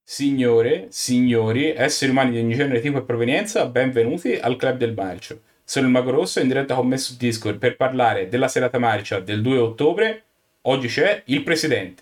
Signore, signori, esseri umani di ogni genere, tipo e provenienza, benvenuti al Club del Marcio. Sono il Mago Rosso in diretta con me su Discord per parlare della serata marcia del 2 ottobre. Oggi c'è il presidente.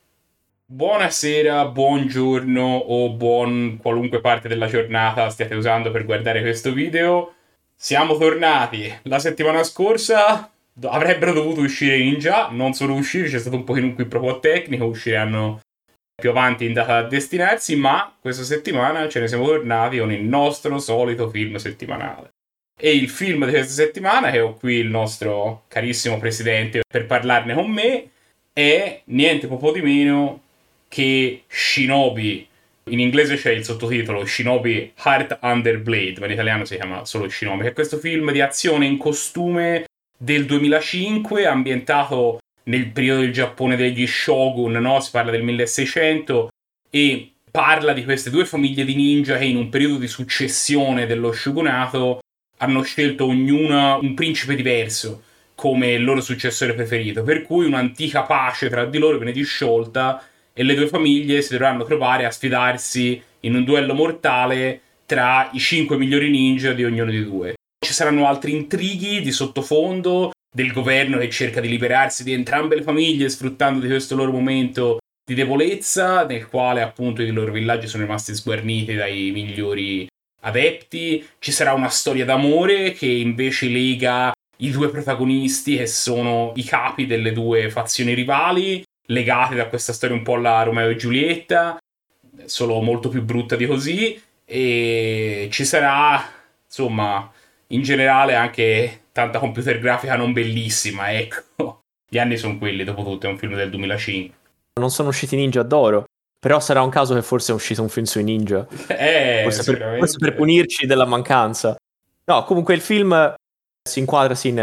Buonasera, buongiorno o buon qualunque parte della giornata stiate usando per guardare questo video. Siamo tornati. La settimana scorsa avrebbero dovuto uscire Ninja, non sono usciti, c'è stato un pochino un qui pro quo tecnico, usciranno più avanti in data da destinarsi, ma questa settimana ce ne siamo tornati con il nostro solito film settimanale. E il film di questa settimana, che ho qui il nostro carissimo presidente per parlarne con me, è niente poco di meno che Shinobi. In inglese c'è il sottotitolo Shinobi Heart Under Blade, ma in italiano si chiama solo Shinobi, che è questo film di azione in costume del 2005, ambientato nel periodo del Giappone degli Shogun, no? Si parla del 1600 e parla di queste due famiglie di ninja che in un periodo di successione dello shogunato hanno scelto ognuna un principe diverso come il loro successore preferito, per cui un'antica pace tra di loro viene disciolta e le due famiglie si dovranno trovare a sfidarsi in un duello mortale tra i 5 migliori ninja di ognuno dei due. Ci saranno altri intrighi di sottofondo del governo che cerca di liberarsi di entrambe le famiglie sfruttando di questo loro momento di debolezza, nel quale appunto i loro villaggi sono rimasti sguarniti dai migliori adepti. Ci sarà una storia d'amore che invece lega i due protagonisti, che sono i capi delle due fazioni rivali, legati da questa storia un po' alla Romeo e Giulietta, solo molto più brutta di così. E ci sarà, insomma, in generale anche tanta computer grafica non bellissima, ecco. Gli anni sono quelli, dopo tutto, è un film del 2005. Non sono usciti Ninja d'oro, però sarà un caso che forse è uscito un film sui ninja. Forse per punirci della mancanza. No, comunque il film si inquadra sì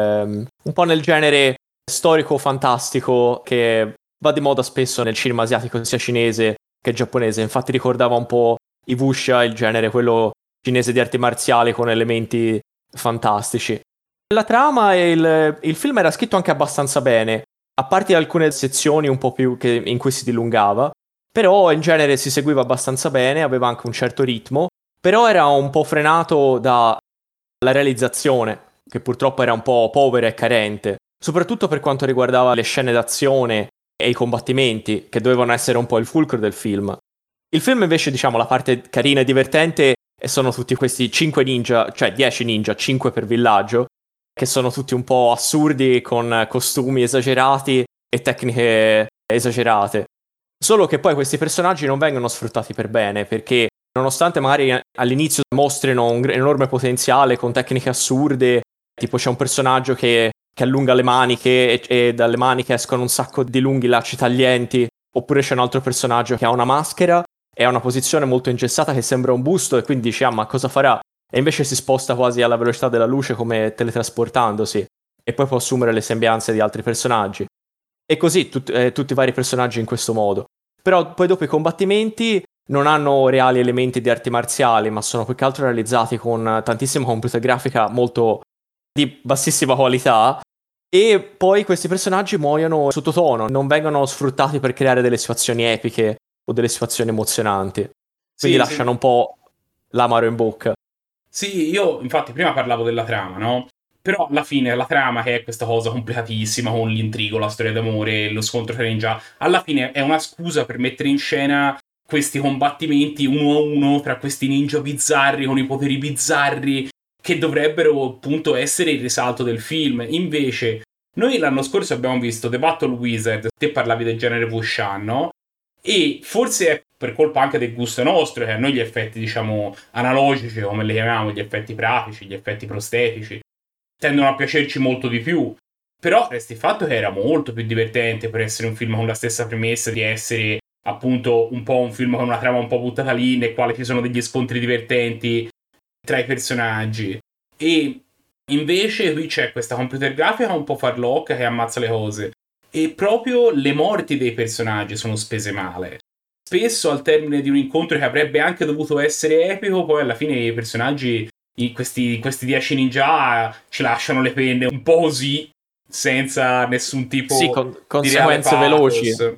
un po' nel genere storico-fantastico che va di moda spesso nel cinema asiatico, sia cinese che giapponese. Infatti ricordava un po' i wuxia, il genere quello cinese di arti marziali con elementi fantastici. La trama e il film era scritto anche abbastanza bene, a parte alcune sezioni un po' più in cui si dilungava, però in genere si seguiva abbastanza bene, aveva anche un certo ritmo, però era un po' frenato dalla realizzazione, che purtroppo era un po' povera e carente, soprattutto per quanto riguardava le scene d'azione e i combattimenti, che dovevano essere un po' il fulcro del film. Il film invece, diciamo, la parte carina e divertente sono tutti questi 5 ninja, cioè 10 ninja, 5 per villaggio, che sono tutti un po' assurdi, con costumi esagerati e tecniche esagerate. Solo che poi questi personaggi non vengono sfruttati per bene, perché nonostante magari all'inizio mostrino un enorme potenziale con tecniche assurde, tipo c'è un personaggio che allunga le maniche e dalle maniche escono un sacco di lunghi lacci taglienti, oppure c'è un altro personaggio che ha una maschera e ha una posizione molto ingessata che sembra un busto e quindi dici, ah, ma cosa farà? E invece si sposta quasi alla velocità della luce come teletrasportandosi e poi può assumere le sembianze di altri personaggi. E così tutti i vari personaggi in questo modo. Però poi dopo i combattimenti non hanno reali elementi di arti marziali, ma sono più che altro realizzati con tantissima computer grafica molto di bassissima qualità. E poi questi personaggi muoiono sottotono, non vengono sfruttati per creare delle situazioni epiche o delle situazioni emozionanti. Quindi Sì, lasciano un po' l'amaro in bocca. sì, io infatti prima parlavo della trama, no? Però alla fine la trama, che è questa cosa complicatissima con l'intrigo, la storia d'amore, lo scontro tra ninja, alla fine è una scusa per mettere in scena questi combattimenti uno a uno tra questi ninja bizzarri con i poteri bizzarri che dovrebbero appunto essere il risalto del film. Invece, noi l'anno scorso abbiamo visto The Battle Wizard, te parlavi del genere Wuxia, no? E forse è per colpa anche del gusto nostro, che a noi gli effetti, diciamo, analogici, come li chiamiamo, gli effetti pratici, gli effetti prostetici, tendono a piacerci molto di più. Però resta il fatto che era molto più divertente per essere un film con la stessa premessa di essere appunto un po' un film con una trama un po' buttata lì, nel quale ci sono degli scontri divertenti tra i personaggi. E invece qui c'è questa computer grafica un po' farlocca che ammazza le cose. E proprio le morti dei personaggi sono spese male. Spesso al termine di un incontro che avrebbe anche dovuto essere epico, poi alla fine i personaggi, questi 10 ninja, ci lasciano le penne un po' così, senza nessun tipo Sì, con di reale conseguenze veloci. pathos.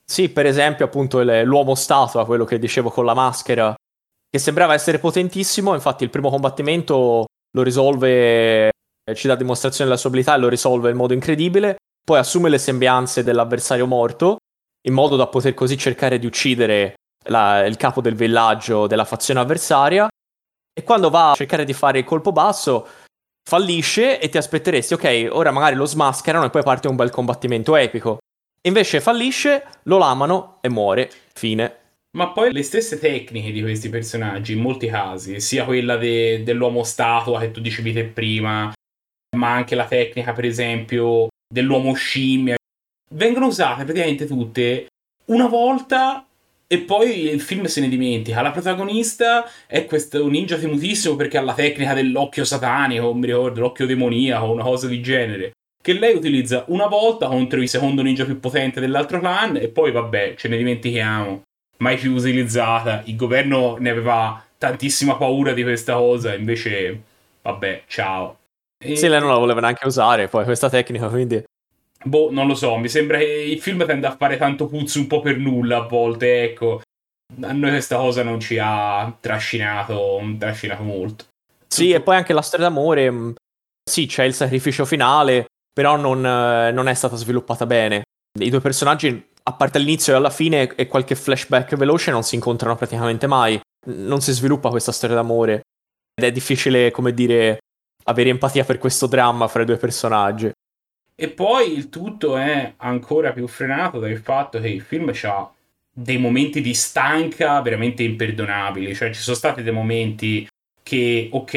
Sì, per esempio appunto l'uomo statua, quello che dicevo con la maschera, che sembrava essere potentissimo, infatti il primo combattimento lo risolve, ci dà dimostrazione della sua abilità e lo risolve in modo incredibile, poi assume le sembianze dell'avversario morto, in modo da poter così cercare di uccidere il capo del villaggio della fazione avversaria, e quando va a cercare di fare il colpo basso fallisce e ti aspetteresti, ok, ora magari lo smascherano e poi parte un bel combattimento epico. Invece fallisce, lo lamano e muore. Fine. Ma poi le stesse tecniche di questi personaggi, in molti casi, sia quella dell'uomo statua che tu dicevi te prima, ma anche la tecnica, per esempio, dell'uomo scimmia, vengono usate praticamente tutte una volta e poi il film se ne dimentica. La protagonista è questo ninja temutissimo perché ha la tecnica dell'occhio satanico, mi ricordo, l'occhio demoniaco, una cosa di genere, che lei utilizza una volta contro il secondo ninja più potente dell'altro clan e poi vabbè, ce ne dimentichiamo. Mai più utilizzata. Il governo ne aveva tantissima paura di questa cosa, invece vabbè, ciao. Sì, lei non la voleva neanche usare poi questa tecnica, quindi... Boh, non lo so, mi sembra che il film tende a fare tanto puzzo un po' per nulla a volte, ecco. A noi questa cosa non ci ha trascinato molto. Sì, e poi anche la storia d'amore, sì, c'è il sacrificio finale, però non è stata sviluppata bene. I due personaggi, a parte all'inizio e alla fine e qualche flashback veloce, non si incontrano praticamente mai. Non si sviluppa questa storia d'amore. Ed è difficile, come dire, avere empatia per questo dramma fra i due personaggi. E poi il tutto è ancora più frenato dal fatto che il film ha dei momenti di stanca veramente imperdonabili. Cioè, ci sono stati dei momenti che, ok,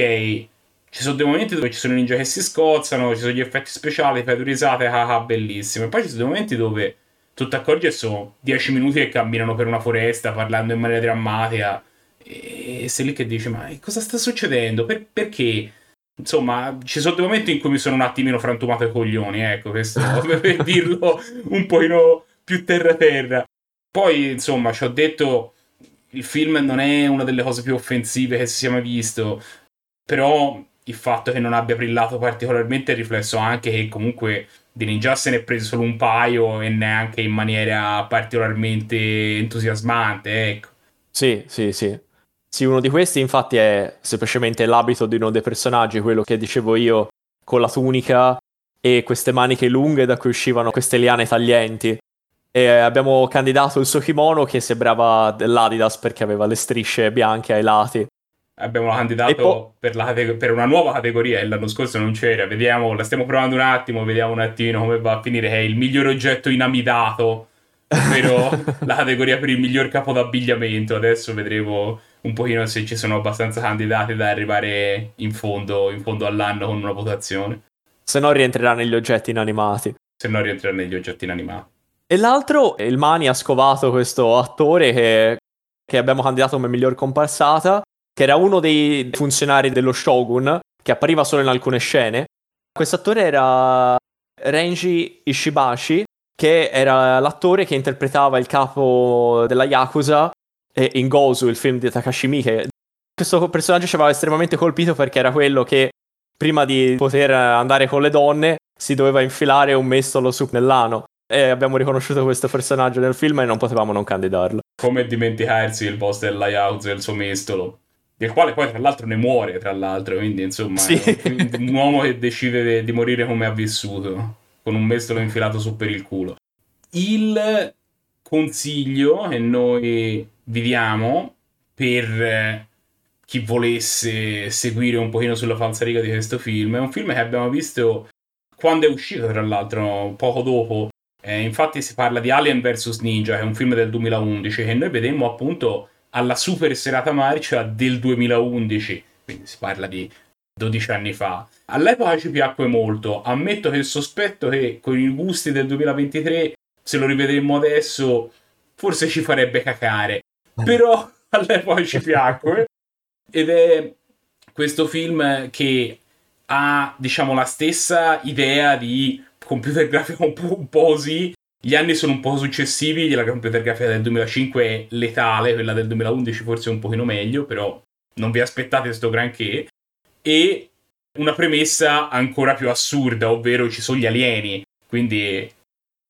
ci sono dei momenti dove ci sono ninja che si scozzano, ci sono gli effetti speciali, fai due risate, bellissimo. E poi ci sono dei momenti dove tu ti accorgi che sono 10 minuti che camminano per una foresta parlando in maniera drammatica. E sei lì che dici, ma cosa sta succedendo? Perché? Insomma, ci sono dei momenti in cui mi sono un attimino frantumato i coglioni, ecco, questo per dirlo un pochino più terra-terra. Poi, insomma, ci ho detto, il film non è una delle cose più offensive che si sia mai visto, però il fatto che non abbia brillato particolarmente è riflesso anche che comunque di ninja se ne è preso solo un paio e neanche in maniera particolarmente entusiasmante, ecco. Sì, sì, sì. Sì, uno di questi infatti è semplicemente l'abito di uno dei personaggi, quello che dicevo io, con la tunica e queste maniche lunghe da cui uscivano queste liane taglienti. E abbiamo candidato il suo kimono che sembrava dell'Adidas perché aveva le strisce bianche ai lati. Abbiamo candidato per una nuova categoria e l'anno scorso non c'era. Vediamo, la stiamo provando un attimo, vediamo un attimo come va a finire. Che è il miglior oggetto inamidato, ovvero la categoria per il miglior capo d'abbigliamento. Adesso vedremo un pochino se ci sono abbastanza candidati da arrivare in fondo all'anno con una votazione. Se no rientrerà negli oggetti inanimati. E l'altro, il Mani ha scovato questo attore che abbiamo candidato come miglior comparsata, che era uno dei funzionari dello Shogun, che appariva solo in alcune scene. Quest'attore era Renji Ishibashi, che era l'attore che interpretava il capo della Yakuza in Gozu, il film di Takashi Miike. Questo personaggio ci aveva estremamente colpito perché era quello che, prima di poter andare con le donne, si doveva infilare un mestolo su nell'ano. E abbiamo riconosciuto questo personaggio nel film e non potevamo non candidarlo. Come dimenticarsi il boss della Yakuza e il suo mestolo, del quale poi tra l'altro ne muore, quindi insomma sì. È un uomo che decide di morire come ha vissuto, con un mestolo infilato su per il culo. Il consiglio che noi vi diamo per chi volesse seguire un pochino sulla falsariga di questo film è un film che abbiamo visto quando è uscito, tra l'altro poco dopo. Infatti si parla di Alien vs Ninja, che è un film del 2011 che noi vedemmo appunto alla super serata marcia del 2011, quindi si parla di 12 anni fa. All'epoca ci piacque molto, ammetto che il sospetto che con i gusti del 2023 se lo rivedremo adesso forse ci farebbe cacare, però all'epoca ci piacque ed è questo film che ha, diciamo, la stessa idea di computer grafica un po' così. Gli anni sono un po' successivi, la computer grafica del 2005 è letale, quella del 2011 forse un pochino meglio, però non vi aspettate sto granché. E una premessa ancora più assurda, ovvero ci sono gli alieni, quindi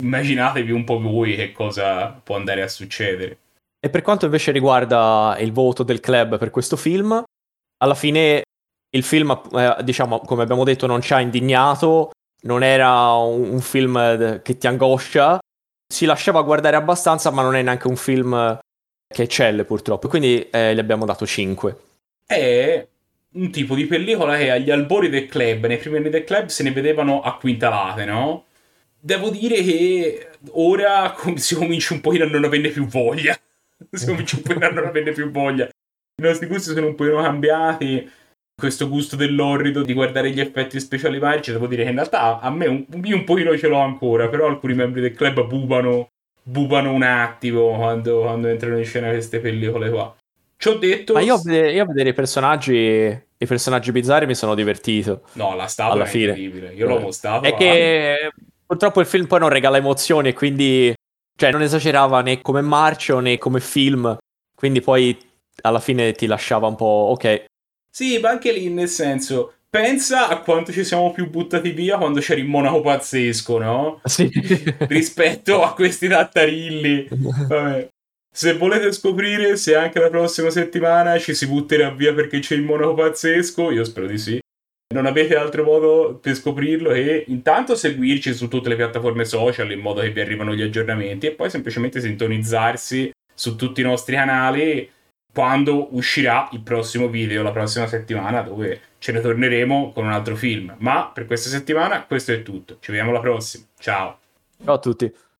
immaginatevi un po' voi che cosa può andare a succedere. E per quanto invece riguarda il voto del club per questo film, alla fine il film, diciamo, come abbiamo detto, non ci ha indignato, non era un film che ti angoscia, si lasciava guardare abbastanza, ma non è neanche un film che eccelle purtroppo, quindi gli abbiamo dato 5. È un tipo di pellicola che agli albori del club, nei primi anni del club, se ne vedevano a quintalate, no? Devo dire che ora si comincia un pochino a non averne più voglia. Si comincia un pochino a non averne più voglia. I nostri gusti sono un pochino cambiati. Questo gusto dell'orrido, di guardare gli effetti speciali magici, devo dire che in realtà a me io un pochino ce l'ho ancora, però alcuni membri del club bubano un attimo quando entrano in scena queste pellicole qua. Ci ho detto... Ma io a vedere i personaggi bizzarri mi sono divertito. No, la statua alla è fine. incredibile. Io l'ho mostrato. È che purtroppo il film poi non regala emozioni e quindi cioè non esagerava né come marcio né come film, quindi poi alla fine ti lasciava un po' ok. Sì, ma anche lì nel senso, pensa a quanto ci siamo più buttati via quando c'era il monaco pazzesco, no? Sì. Rispetto a questi tattarilli. Vabbè. Se volete scoprire se anche la prossima settimana ci si butterà via perché c'è il monaco pazzesco, io spero di sì. Non avete altro modo per scoprirlo che intanto seguirci su tutte le piattaforme social in modo che vi arrivano gli aggiornamenti e poi semplicemente sintonizzarsi su tutti i nostri canali quando uscirà il prossimo video la prossima settimana, dove ce ne torneremo con un altro film. Ma per questa settimana questo è tutto. Ci vediamo alla prossima. Ciao. Ciao a tutti.